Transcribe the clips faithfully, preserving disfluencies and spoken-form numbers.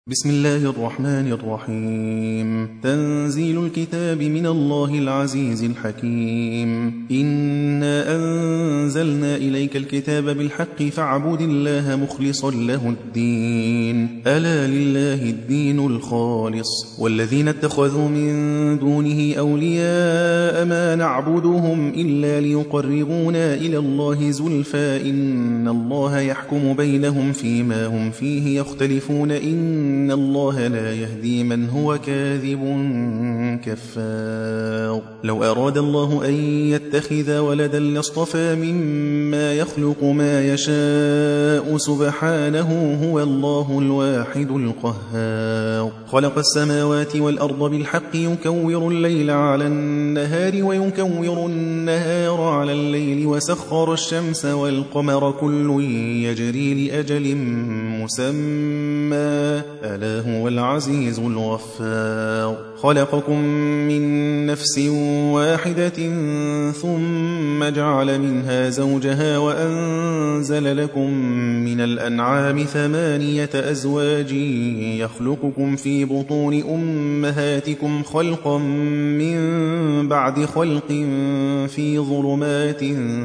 بسم الله الرحمن الرحيم. تنزيل الكتاب من الله العزيز الحكيم. إنا أنزلنا إليك الكتاب بالحق فاعبد الله مخلصا له الدين، ألا لله الدين الخالص. والذين اتخذوا من دونه أولياء ما نعبدهم إلا ليقربونا إلى الله زلفى إن الله يحكم بينهم فيما هم فيه يختلفون إن إن الله لا يهدي من هو كاذب كفار. لو أراد الله أن يتخذ ولدا لاصطفى مما يخلق ما يشاء سبحانه هو الله الواحد القهار. خلق السماوات والأرض بالحق يكور الليل على النهار ويكور النهار على الليل وسخر الشمس والقمر كل يجري لأجل مسمى ألا هو العزيز الغفار. خلقكم من نفس واحدة ثم جعل منها زوجها وأنزل لكم من الأنعام ثمانية أزواج يخلقكم في بطون أمهاتكم خلقا من بعد خلق في ظلمات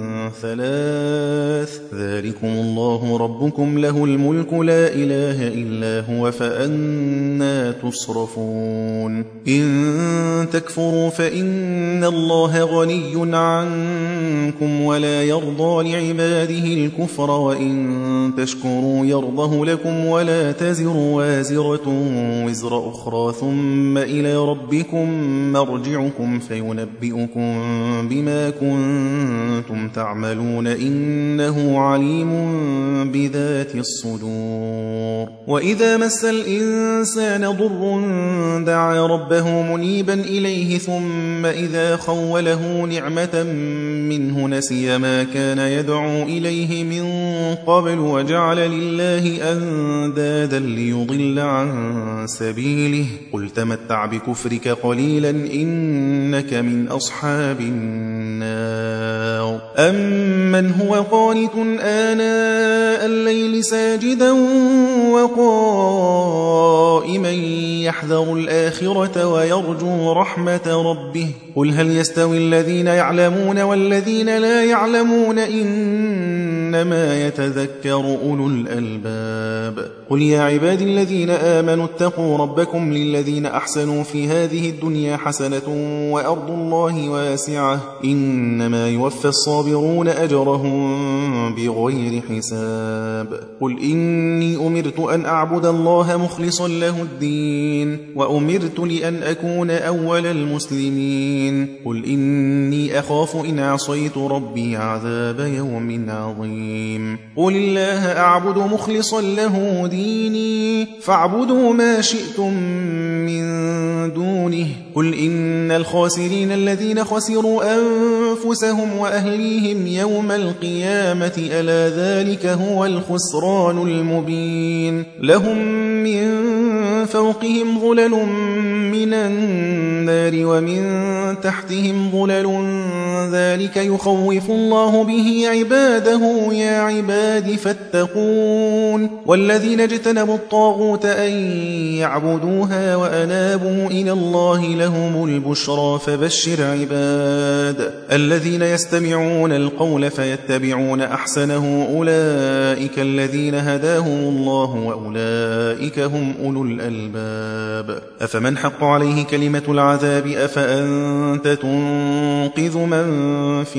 ثلاث ذلكم الله ربكم له الملك لا إله إلا هو فأنا تصرفون. إن تكفروا فإن الله غني عنكم ولا يرضى لعباده الكفر وإن تشكروا يرضه لكم ولا تزر وازرة وزر أخرى ثم إلى ربكم مرجعكم فينبئكم بما كنتم تعملون إنه عليم بذات الصدور. وإذا مس الإنسان ضر دعا ربه منيبا إليه ثم إذا خوله نعمة منه نسي ما كان يدعو إليه من قبل وجعل لله أندادا ليضل عن سبيله قل تمتع بكفرك قليلا إنك من أصحاب النار. أمن هو قانت آناء الليل ساجدا وقائما يحذر الآخرة ويرجو رحمة ربه قل هل يستوي الذين يعلمون والذين لا يعلمون إنما يتذكر أولو الألباب. قل يا عبادي الذين آمنوا اتقوا ربكم للذين أحسنوا في هذه الدنيا حسنة وأرض الله واسعة إنما يوفى الصابرون أجرهم بغير حساب. قل إني أمرت أن أعبد الله مخلصا له الدين وأمرت لأن أكون أول المسلمين. قل إني أخاف إن عصيت ربي عذاب يوم عظيم. قل الله أعبد مخلصا له ديني فاعبدوا ما شئتم من دونه. قل إن الخاسرين الذين خسروا أنفسهم وأهليهم يوم القيامة ألا ذلك هو الخسران المبين. لهم من فوقهم ظلل من النار ومن تحتهم ظلل ذلك يخوف الله به عباده يا عباد فاتقون. والذين اجتنبوا الطاغوت أن يعبدوها وأنابوا إلى الله لهم البشرى فبشر عباد الذين يستمعون القول فيتبعون أحسنه أولئك الذين هداهم الله وأولئك هم أولو الألباب. أفمن حق عليه كلمة العذاب أفأنت تنقذ من في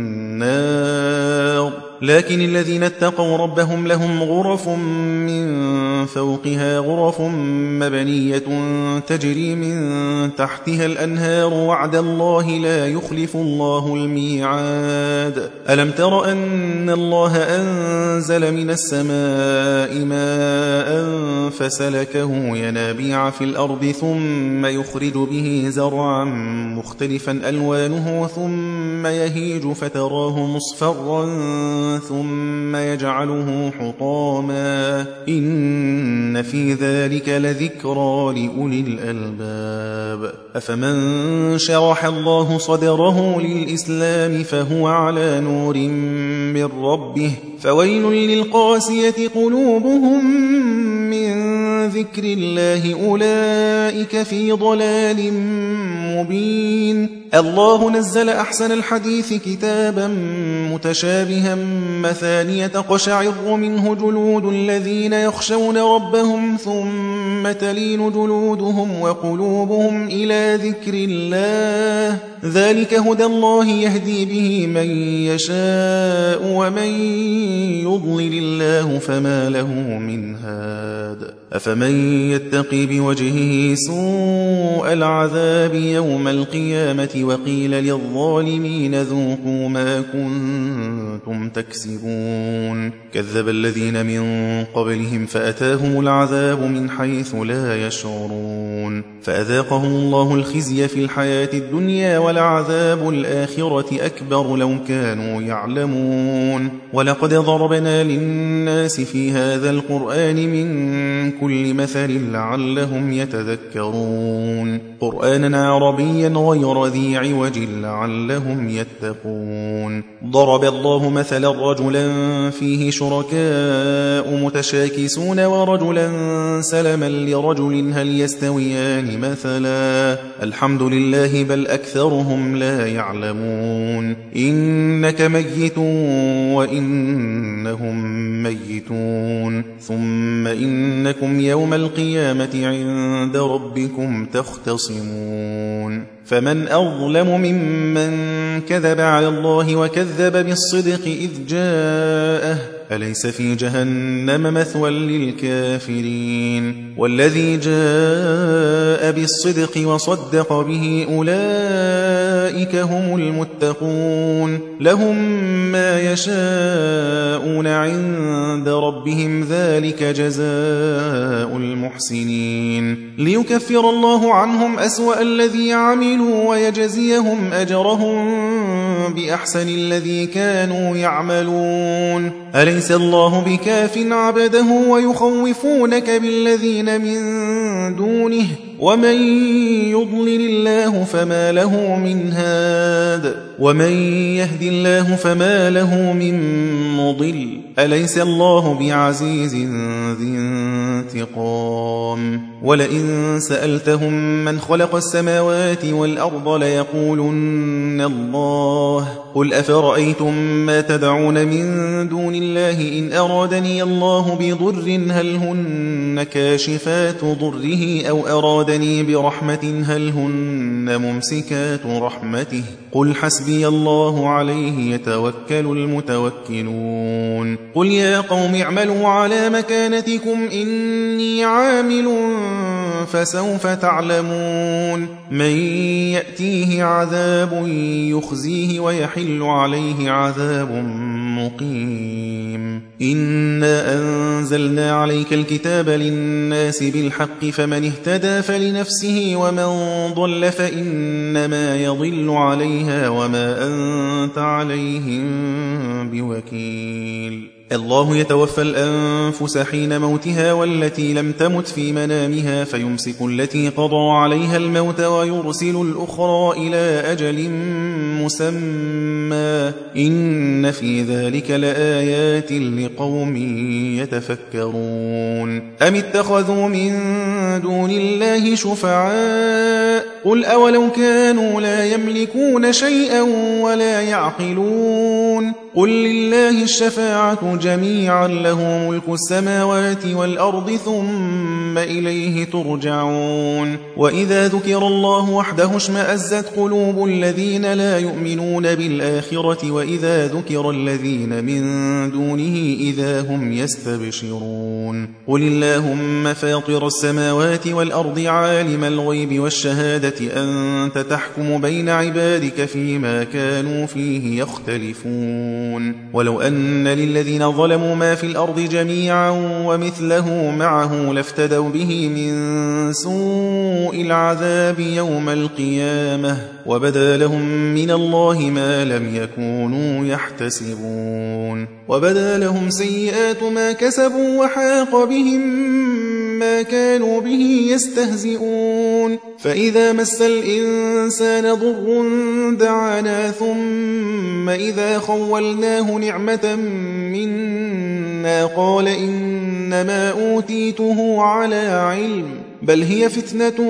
النار. لكن الذين اتقوا ربهم لهم غرف من فوقها غرف مبنية تجري من تحتها الأنهار وعد الله لا يخلف الله الميعاد. ألم تر أن الله أنزل من السماء ماء فسلكه ينابيع في الأرض ثم يخرج به زرعا مختلفا ألوانه ثم يهيج فتراه مصفرا ثم يجعله حطاما إن في ذلك لذكرى لأولي الألباب. أفمن شرح الله صدره للإسلام فهو على نور من ربه فويل للقاسية قلوبهم من ذكر الله أولئك في ضلال مبين. الله نزل أحسن الحديث كتابا متشابها مثانية تقشعر منه جلود الذين يخشون ربهم ثم تلين جلودهم وقلوبهم إلى ذكر الله ذلك هدى الله يهدي به من يشاء ومن يضلل الله فما له من هاد. أفمن يتقي بوجهه سوء العذاب يوم القيامة وقيل للظالمين ذوقوا ما كنتم تكسبون. كذب الذين من قبلهم فأتاهم العذاب من حيث لا يشعرون فأذاقهم الله الخزي في الحياة الدنيا ولعذاب الآخرة أكبر لو كانوا يعلمون. ولقد ضربنا للناس في هذا القرآن من كل مثل لعلهم يتذكرون قرآنا عربيا غير ذي عوج لعلهم يتقون. ضرب الله مثلا رجلا فيه شركاء متشاكسون ورجلا سلما لرجل هل يستويان مثلا الحمد لله بل أكثرهم لا يعلمون. إنك ميت وإنهم ميتون ثم إنكم يوم القيامة عند ربكم تختصمون. فمن أظلم ممن كذب على الله وكذب بالصدق إذ جاءه أليس في جهنم مثوى للكافرين. والذي جاء بالصدق وصدق به أولئك هم المتقون لهم ما يشاءون عند ربهم ذلك جزاء المحسنين. ليكفر الله عنهم أسوأ الذي عملوا ويجزيهم أجرهم بأحسن الذي كانوا يعملون. أليس الله بكاف عبده ويخوفونك بالذين من دونه ومن يضلل الله فما له من هاد ومن يهد الله فما له من مضل. أليس الله بعزيز ذي انتقام. ولئن سألتهم من خلق السماوات والأرض ليقولن الله قل أفرأيتم ما تدعون من دون الله إن أرادني الله بضر هل هن كاشفات ضره أو أرادني برحمة هل هن ممسكات رحمته قل حسبي الله عليه يتوكل المتوكلون. قل يا قوم اعملوا على مكانتكم إني عامل فسوف تعلمون من يأتيه عذاب يخزيه ويحل عليه عذاب مقيم. إنا أنزلنا عليك الكتاب للناس بالحق فمن اهتدى فلنفسه ومن ضل فإنما يضل عليها وما أنت عليهم بوكيل. الله يتوفى الأنفس حين موتها والتي لم تمت في منامها فيمسك التي قضى عليها الموت ويرسل الأخرى إلى أجل مسمى إن في ذلك لآيات لقوم يتفكرون. أم اتخذوا من دون الله شفعاء قل أولو كانوا لا يملكون شيئا ولا يعقلون قل لله الشفاعة جميعا له ملك السماوات والأرض ثم إليه ترجعون. وإذا ذكر الله وحده اشمأزت قلوب الذين لا يؤمنون بالآخرة وإذا ذكر الذين من دونه إذا هم يستبشرون. قل اللهم فاطر السماوات والأرض عالم الغيب والشهادة أنت تحكم بين عبادك فيما كانوا فيه يختلفون. ولو أن للذين ظلموا ما في الأرض جميعا ومثله معه لافتدوا به من سوء العذاب يوم القيامة وبدا لهم من الله ما لم يكونوا يحتسبون. وبدا لهم سيئات ما كسبوا وحاق بهم ما كانوا به يستهزئون. فإذا مس الإنسان ضر دعانا ثم إذا خولناه نعمة منا منا قال إنما أوتيته على علم بل هي فتنة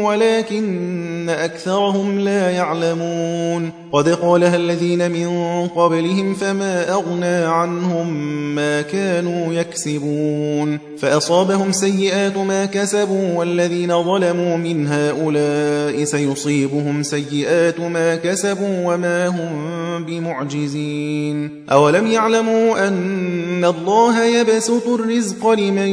ولكن أكثرهم لا يعلمون قد قالها الذين من قبلهم فما أغنى عنهم ما كانوا يكسبون فأصابهم سيئات ما كسبوا والذين ظلموا من هؤلاء سيصيبهم سيئات ما كسبوا وما هم بمعجزين أولم يعلموا أن الله يبسط الرزق لمن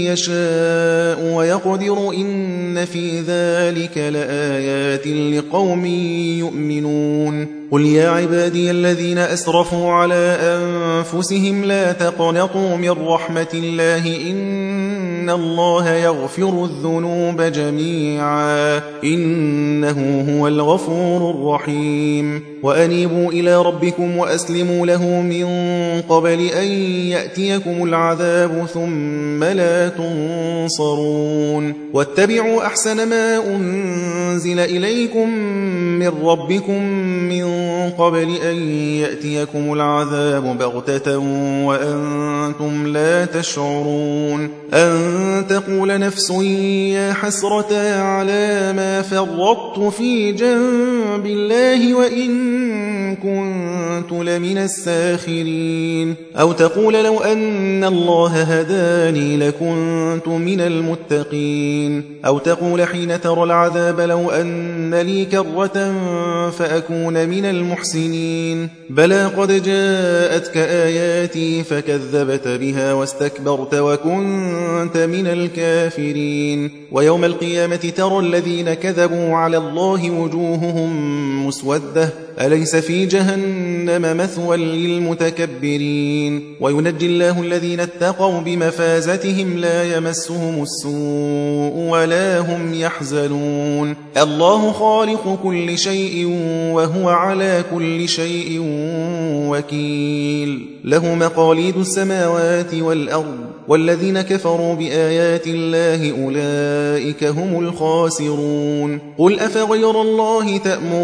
يشاء ويقدر إن في ذلك لآيات لقوم يؤمنون قل يا عبادي الذين أسرفوا على أنفسهم لا تقنطوا من رحمة الله إن الله يغفر الذنوب جميعا إنه هو الغفور الرحيم وأنيبوا إلى ربكم وأسلموا له من قبل أن يأتيكم العذاب ثم لا تنصرون واتبعوا أحسن ما أنزل إليكم من ربكم من قبل أن يأتيكم العذاب بغتة وأنتم لا تشعرون أن تقول نفس يا حسرة على ما فرطت في جنب الله وإن كنت لمن الساخرين أو تقول لو أن الله هداني لكنت من المتقين أو تقول حين ترى العذاب لو أن لي كرة فأكون من المحسنين بلى قد جاءتك آياتي فكذبت بها واستكبرت وكنت من الكافرين ويوم القيامة ترى الذين كذبوا على الله وجوههم مسودة أليس في جهنم مثوى للمتكبرين وينجي الله الذين اتقوا بمفازتهم لا يمسهم السوء ولا هم يحزنون الله خالق كل شيء وهو على كل شيء وكيل له مقاليد السماوات والأرض والذين كفروا بآيات الله أولئك هم الخاسرون قل أفغير الله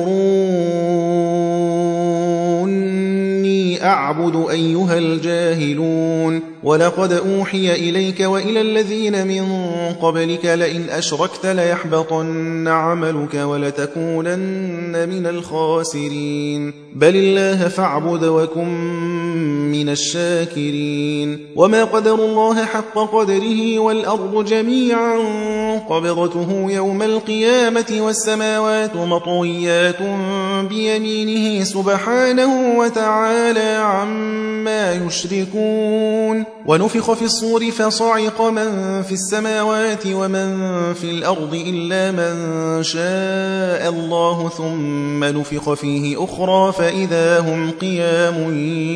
تأمروني أعبد أيها الجاهلون ولقد أوحي إليك وإلى الذين من قبلك لئن أشركت ليحبطن عملك ولتكونن من الخاسرين بل الله فاعبد وكن من الشاكرين وما قدر الله حق قدره والأرض جميعا قبضته يوم القيامة والسماوات مطويات بيمينه سبحانه وتعالى عما يشركون ونفخ في الصور فصعق من في السماوات ومن في الأرض إلا من شاء الله ثم نفخ فيه أخرى فإذا هم قيام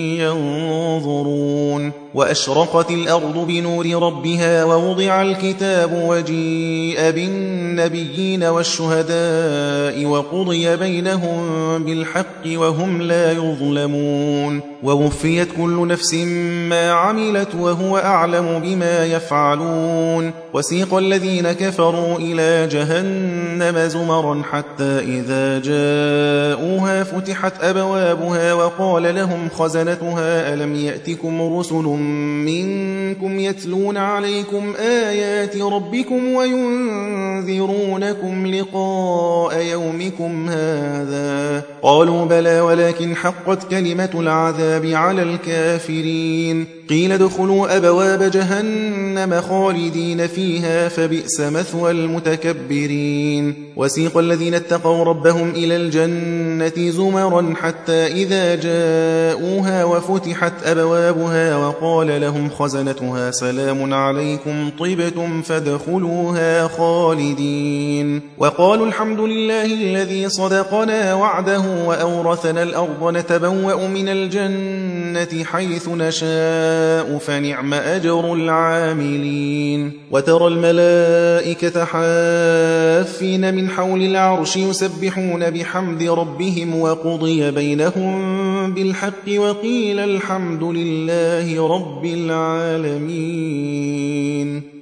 ينظرون وأشرقت الأرض بنور ربها ووضع الكتاب وجيء بالنبيين والشهداء وقضي بينهم بالحق وهم لا يظلمون ووفيت كل نفس ما عملت وهو أعلم بما يفعلون وسيق الذين كفروا إلى جهنم زمرا حتى إذا جاءوها فتحت أبوابها وقال لهم خزنتها ألم يأتكم رسل منكم يتلون عليكم آيات ربكم وينذرونكم لقاء يومكم هذا قالوا بلى ولكن حقت كلمة العذاب على الكافرين قيل ادخلوا أبواب جهنم خالدين فيها فبئس مثوى المتكبرين وسيق الذين اتقوا ربهم إلى الجنة زمرا حتى إذا جاءوها وفتحت أبوابها وقال لهم خزنتها سلام عليكم طبتم فادخلوها خالدين وقالوا الحمد لله الذي صدقنا وعده وأورثنا الأرض نتبوأ من الجنة حيث نشاء فنعم أجر العاملين وترى الملائكة حافين من حول العرش يسبحون بحمد ربهم وقضي بينهم بالحق وقيل الحمد لله رب العالمين